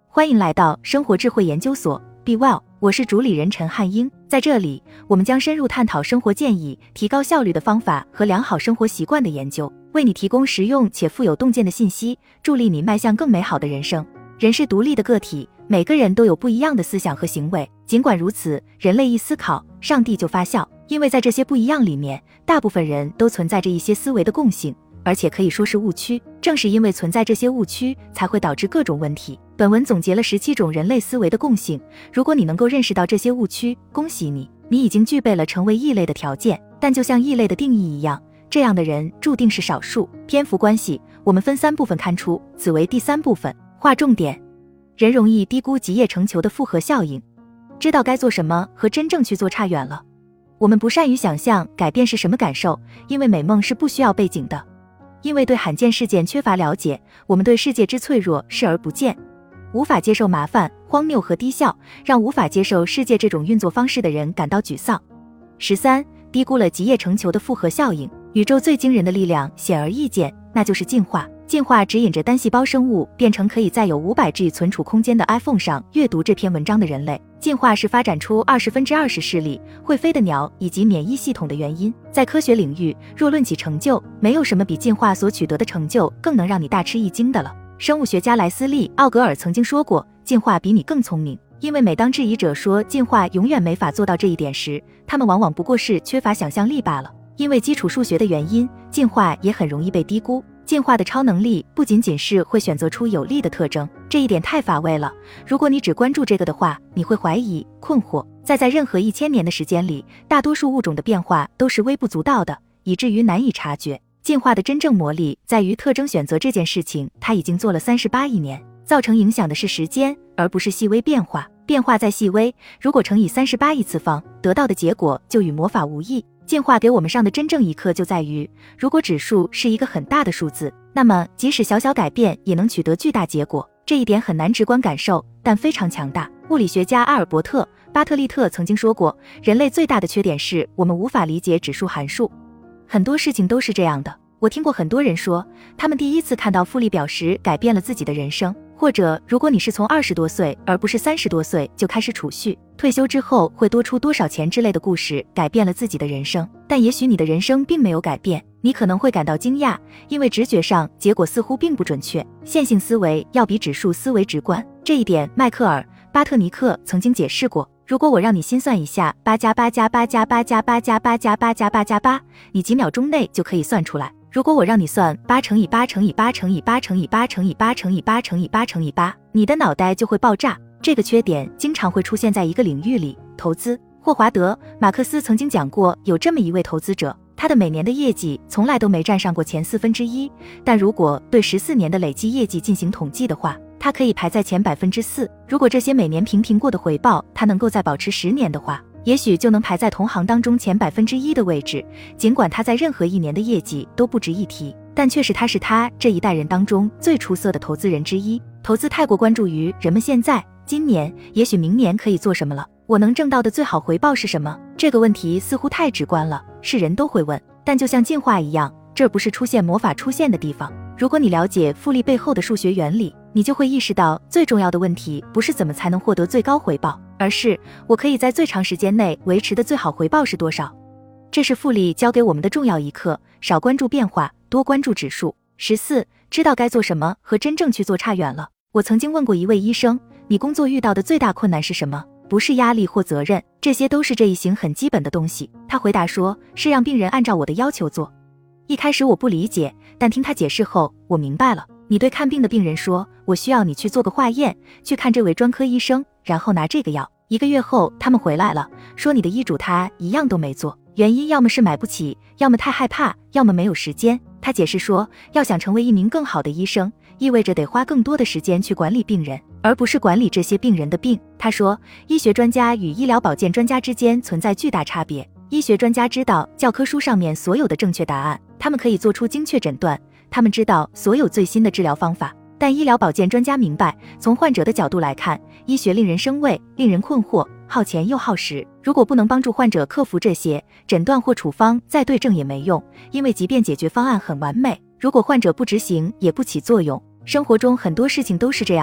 欢迎来到生活智慧研究所 Be Well， 我是主理人陈汉英。在这里，我们将深入探讨生活建议、提高效率的方法和良好生活习惯的研究，为你提供实用且富有洞见的信息，助力你迈向更美好的人生。人是独立的个体，每个人都有不一样的思想和行为。尽管如此，人类一思考，上帝就发笑，因为在这些不一样里面，大部分人都存在着一些思维的共性，而且可以说是误区。正是因为存在这些误区，才会导致各种问题。本文总结了17种人类思维的共性，如果你能够认识到这些误区，恭喜你，你已经具备了成为异类的条件。但就像异类的定义一样，这样的人注定是少数。篇幅关系，我们分3部分刊出，此为第3部分。划重点，人容易低估集腋成裘的复合效应。知道该做什么和真正去做差远了。我们不善于想象改变是什么感受，因为美梦是不需要背景的。因为对罕见事件缺乏了解，我们对世界之脆弱视而不见。无法接受麻烦、荒谬和低效，让无法接受世界这种运作方式的人感到沮丧。13. 低估了集腋成裘的复合效应。宇宙最惊人的力量显而易见，那就是进化。进化指引着单细胞生物变成可以在有500G 存储空间的 iPhone 上阅读这篇文章的人类。进化是发展出20%视力、会飞的鸟以及免疫系统的原因。在科学领域，若论起成就，没有什么比进化所取得的成就更能让你大吃一惊的了。生物学家莱斯利·奥格尔曾经说过，进化比你更聪明。因为每当质疑者说进化永远没法做到这一点时，他们往往不过是缺乏想象力罢了。因为基础数学的原因，进化也很容易被低估。进化的超能力不仅仅是会选择出有利的特征，这一点太乏味了。如果你只关注这个的话，你会怀疑、困惑。在任何1000年的时间里，大多数物种的变化都是微不足道的，以至于难以察觉。进化的真正魔力在于特征选择这件事情，它已经做了38亿年。造成影响的是时间，而不是细微变化。变化再细微，如果乘以38亿次方，得到的结果就与魔法无异。进化给我们上的真正一课就在于，如果指数是一个很大的数字，那么即使小小改变也能取得巨大结果。这一点很难直观感受，但非常强大。物理学家阿尔伯特·巴特利特曾经说过，人类最大的缺点是我们无法理解指数函数。很多事情都是这样的。我听过很多人说，他们第一次看到复利表时改变了自己的人生，或者如果你是从20多岁而不是30多岁就开始储蓄，退休之后会多出多少钱之类的故事改变了自己的人生。但也许你的人生并没有改变，你可能会感到惊讶，因为直觉上结果似乎并不准确。线性思维要比指数思维直观，这一点迈克尔·巴特尼克曾经解释过。如果我让你心算一下8加8加8加8加8加8加8加8加8，你几秒钟内就可以算出来。如果我让你算8乘以8乘以8乘以8乘以8乘以8乘以8乘以8乘以8，你的脑袋就会爆炸。这个缺点经常会出现在一个领域里，投资。霍华德·马克思曾经讲过，有这么一位投资者，他的每年的业绩从来都没占上过前1/4，但如果对14年的累计业绩进行统计的话，他可以排在前4%。如果这些每年平平过的回报他能够再保持10年的话，也许就能排在同行当中前1%的位置。尽管他在任何一年的业绩都不值一提，但却是他这一代人当中最出色的投资人之一。投资太过关注于人们现在、今年，也许明年可以做什么了，我能挣到的最好回报是什么？这个问题似乎太直观了，是人都会问。但就像进化一样，这不是出现魔法出现的地方。如果你了解复利背后的数学原理，你就会意识到最重要的问题不是怎么才能获得最高回报，而是我可以在最长时间内维持的最好回报是多少。这是复利教给我们的重要一课，少关注变化，多关注指数。14. 知道该做什么和真正去做差远了。我曾经问过一位医生，你工作遇到的最大困难是什么？不是压力或责任，这些都是这一行很基本的东西。他回答说，是让病人按照我的要求做。一开始我不理解，但听他解释后，我明白了。你对看病的病人说，我需要你去做个化验，去看这位专科医生，然后拿这个药。1个月后他们回来了，说你的医嘱他一样都没做，原因要么是买不起，要么太害怕，要么没有时间。他解释说，要想成为一名更好的医生，意味着得花更多的时间去管理病人，而不是管理这些病人的病。他说，医学专家与医疗保健专家之间存在巨大差别。医学专家知道教科书上面所有的正确答案，他们可以做出精确诊断，他们知道所有最新的治疗方法。但医疗保健专家明白，从患者的角度来看，医学令人生畏，令人困惑，耗钱又耗时。如果不能帮助患者克服这些，诊断或处方再对症也没用，因为即便解决方案很完美，如果患者不执行也不起作用。生活中很多事情都是这样的，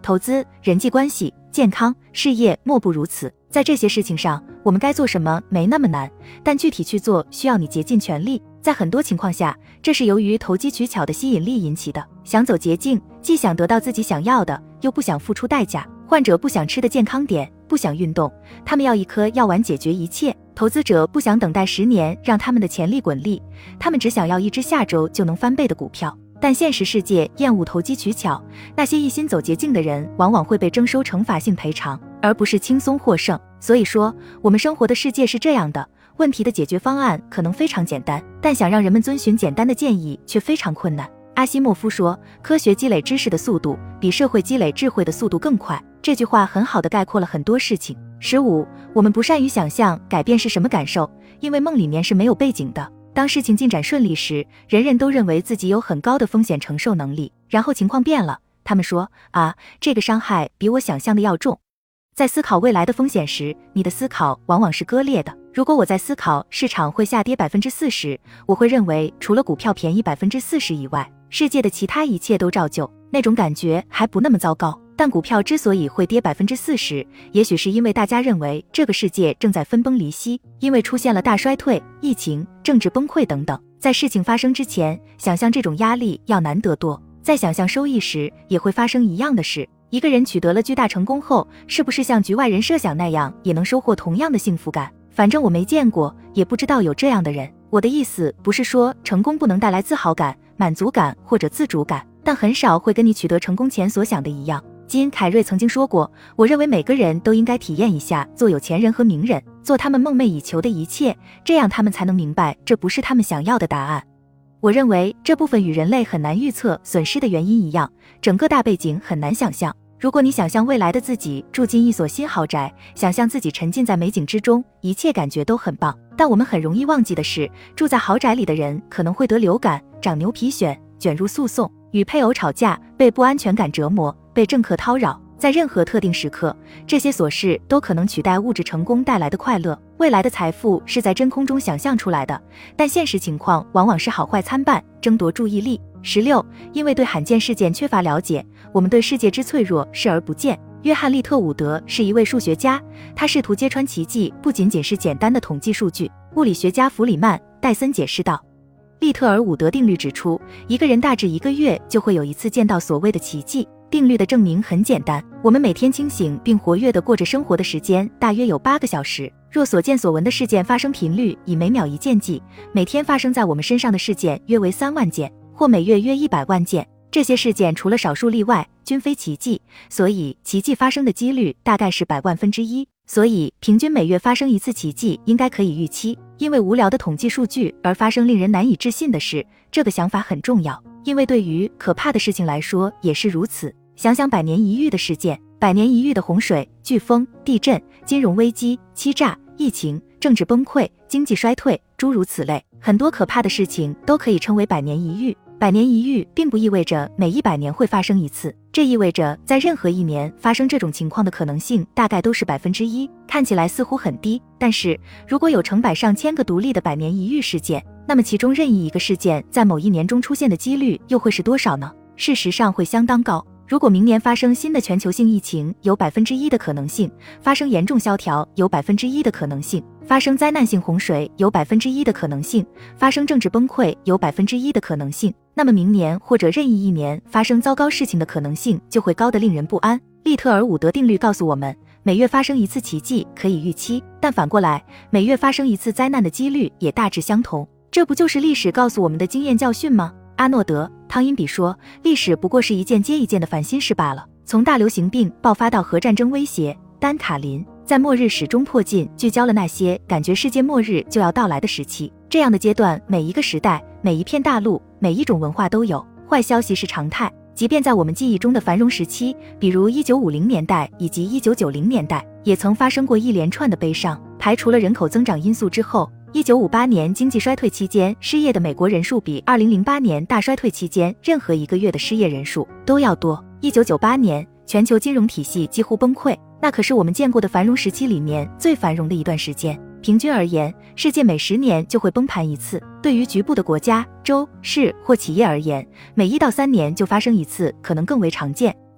投资、人际关系、健康、事业莫不如此。在这些事情上，我们该做什么没那么难，但具体去做需要你竭尽全力。在很多情况下，这是由于投机取巧的吸引力引起的。想走捷径，既想得到自己想要的，又不想付出代价。患者不想吃的健康点，不想运动，他们要一颗药丸解决一切。投资者不想等待10年让他们的潜力滚利，他们只想要一只下周就能翻倍的股票。但现实世界厌恶投机取巧，那些一心走捷径的人往往会被征收惩罚性赔偿，而不是轻松获胜。所以说，我们生活的世界是这样的，问题的解决方案可能非常简单，但想让人们遵循简单的建议却非常困难。阿西莫夫说，科学积累知识的速度比社会积累智慧的速度更快。这句话很好地概括了很多事情。15，我们不善于想象改变是什么感受，因为梦里面是没有背景的。当事情进展顺利时，人人都认为自己有很高的风险承受能力，然后情况变了，他们说啊，这个伤害比我想象的要重。在思考未来的风险时，你的思考往往是割裂的。如果我在思考市场会下跌 40%， 我会认为除了股票便宜 40% 以外，世界的其他一切都照旧，那种感觉还不那么糟糕。但股票之所以会跌 40%， 也许是因为大家认为这个世界正在分崩离析，因为出现了大衰退、疫情、政治崩溃等等。在事情发生之前，想象这种压力要难得多。在想象收益时，也会发生一样的事。一个人取得了巨大成功后，是不是像局外人设想那样，也能收获同样的幸福感？反正我没见过，也不知道有这样的人。我的意思不是说成功不能带来自豪感、满足感或者自主感，但很少会跟你取得成功前所想的一样。金·凯瑞曾经说过，我认为每个人都应该体验一下做有钱人和名人，做他们梦寐以求的一切，这样他们才能明白这不是他们想要的答案。我认为这部分与人类很难预测损失的原因一样，整个大背景很难想象。如果你想象未来的自己住进一所新豪宅，想象自己沉浸在美景之中，一切感觉都很棒。但我们很容易忘记的是，住在豪宅里的人可能会得流感、长牛皮癣、卷入诉讼、与配偶吵架、被不安全感折磨、被政客叨扰。在任何特定时刻，这些琐事都可能取代物质成功带来的快乐。未来的财富是在真空中想象出来的，但现实情况往往是好坏参半，争夺注意力。16，因为对罕见事件缺乏了解，我们对世界之脆弱视而不见。约翰·利特伍德是一位数学家，他试图揭穿奇迹不仅仅是简单的统计数据。物理学家弗里曼·戴森解释道，利特尔伍德定律指出，一个人大致1个月就会有一次见到所谓的奇迹。定律的证明很简单，我们每天清醒并活跃地过着生活的时间大约有8个小时。若所见所闻的事件发生频率以每秒1件计，每天发生在我们身上的事件约为3万件，或每月约100万件。这些事件除了少数例外，均非奇迹，所以奇迹发生的几率大概是100万分之一。所以平均每月发生一次奇迹应该可以预期。因为无聊的统计数据而发生令人难以置信的事，这个想法很重要，因为对于可怕的事情来说也是如此。想想100年一遇的事件，100年一遇的洪水、飓风、地震、金融危机、欺诈、疫情、政治崩溃、经济衰退，诸如此类，很多可怕的事情都可以称为100年一遇。100年一遇并不意味着每100年会发生一次，这意味着在任何一年发生这种情况的可能性大概都是1%，看起来似乎很低，但是如果有成百上千个独立的100年一遇事件，那么其中任意一个事件在某一年中出现的几率又会是多少呢？事实上会相当高。如果明年发生新的全球性疫情，有1%的可能性；发生严重萧条，有1%的可能性；发生灾难性洪水，有1%的可能性；发生政治崩溃，有1%的可能性。那么明年或者任意一年发生糟糕事情的可能性就会高得令人不安。利特尔伍德定律告诉我们，每月发生一次奇迹可以预期，但反过来，每月发生一次灾难的几率也大致相同。这不就是历史告诉我们的经验教训吗？阿诺德·汤因比说，历史不过是一件接一件的烦心事罢了。从大流行病爆发到核战争威胁，丹·卡林在末日始终迫近聚焦了那些感觉世界末日就要到来的时期。这样的阶段，每一个时代、每一片大陆、每一种文化都有。坏消息是常态，即便在我们记忆中的繁荣时期，比如1950年代以及1990年代，也曾发生过一连串的悲伤。排除了人口增长因素之后，1958年经济衰退期间失业的美国人数比2008年大衰退期间任何一个月的失业人数都要多。1998年全球金融体系几乎崩溃，那可是我们见过的繁荣时期里面最繁荣的一段时间。平均而言，世界每10年就会崩盘一次。对于局部的国家、州、市或企业而言，每1到3年就发生一次可能更为常见。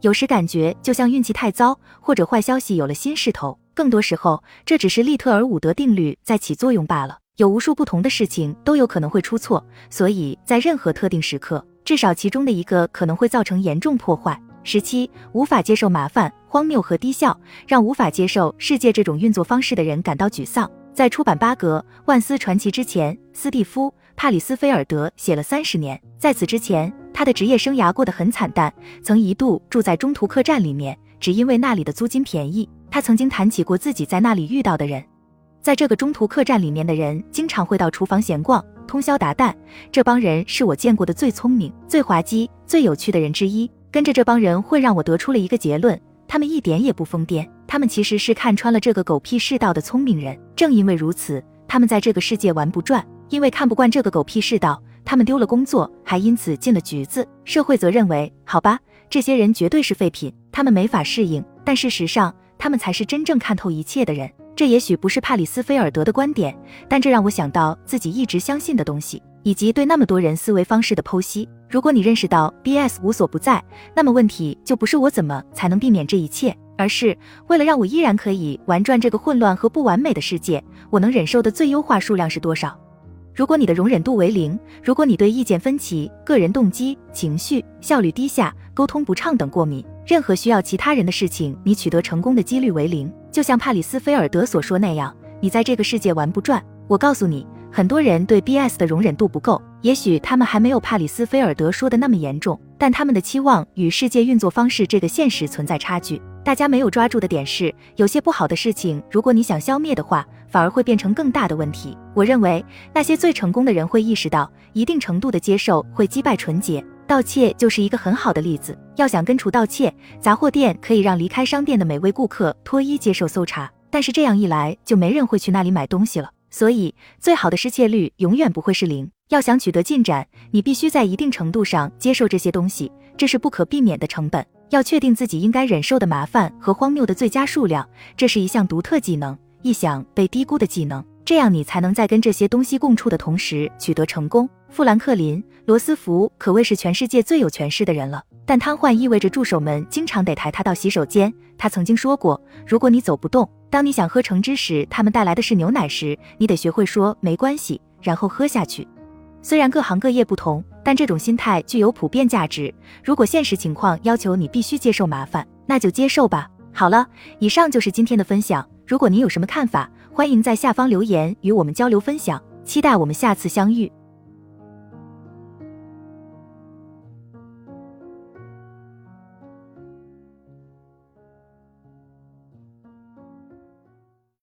有时感觉就像运气太糟，或者坏消息有了新势头，更多时候这只是利特尔伍德定律在起作用罢了。有无数不同的事情都有可能会出错，所以在任何特定时刻，至少其中的一个可能会造成严重破坏。17. 无法接受麻烦、荒谬和低效，让无法接受世界这种运作方式的人感到沮丧。在出版巴格《万斯传奇》之前，斯蒂夫·帕里斯菲尔德写了30年。在此之前，他的职业生涯过得很惨淡，曾一度住在中途客栈里面，只因为那里的租金便宜。他曾经谈起过自己在那里遇到的人。在这个中途客栈里面的人经常会到厨房闲逛，通宵达旦。这帮人是我见过的最聪明、最滑稽、最有趣的人之一。跟着这帮人会让我得出了一个结论，他们一点也不疯癫，他们其实是看穿了这个狗屁世道的聪明人。正因为如此，他们在这个世界玩不转，因为看不惯这个狗屁世道，他们丢了工作，还因此进了局子。社会则认为，好吧，这些人绝对是废品，他们没法适应，但事实上，他们才是真正看透一切的人。这也许不是帕里斯菲尔德的观点，但这让我想到自己一直相信的东西，以及对那么多人思维方式的剖析。如果你认识到 BS 无所不在，那么问题就不是我怎么才能避免这一切，而是为了让我依然可以玩转这个混乱和不完美的世界，我能忍受的最优化数量是多少？如果你的容忍度为0，如果你对意见分歧、个人动机、情绪、效率低下、沟通不畅等过敏，任何需要其他人的事情你取得成功的几率为0，就像帕里斯菲尔德所说那样，你在这个世界玩不转。我告诉你，很多人对 BS 的容忍度不够，也许他们还没有帕里斯菲尔德说的那么严重，但他们的期望与世界运作方式这个现实存在差距。大家没有抓住的点是，有些不好的事情，如果你想消灭的话，反而会变成更大的问题。我认为，那些最成功的人会意识到，一定程度的接受会击败纯洁。盗窃就是一个很好的例子。要想根除盗窃，杂货店可以让离开商店的每位顾客脱衣接受搜查，但是这样一来，就没人会去那里买东西了。所以，最好的失窃率永远不会是0。要想取得进展，你必须在一定程度上接受这些东西，这是不可避免的成本。要确定自己应该忍受的麻烦和荒谬的最佳数量，这是一项独特技能，一项被低估的技能。这样你才能在跟这些东西共处的同时取得成功。富兰克林·罗斯福可谓是全世界最有权势的人了，但瘫痪意味着助手们经常得抬他到洗手间。他曾经说过，如果你走不动，当你想喝橙汁时，他们带来的是牛奶时，你得学会说没关系，然后喝下去。虽然各行各业不同，但这种心态具有普遍价值。如果现实情况要求你必须接受麻烦，那就接受吧。好了，以上就是今天的分享。如果您有什么看法，欢迎在下方留言与我们交流分享，期待我们下次相遇。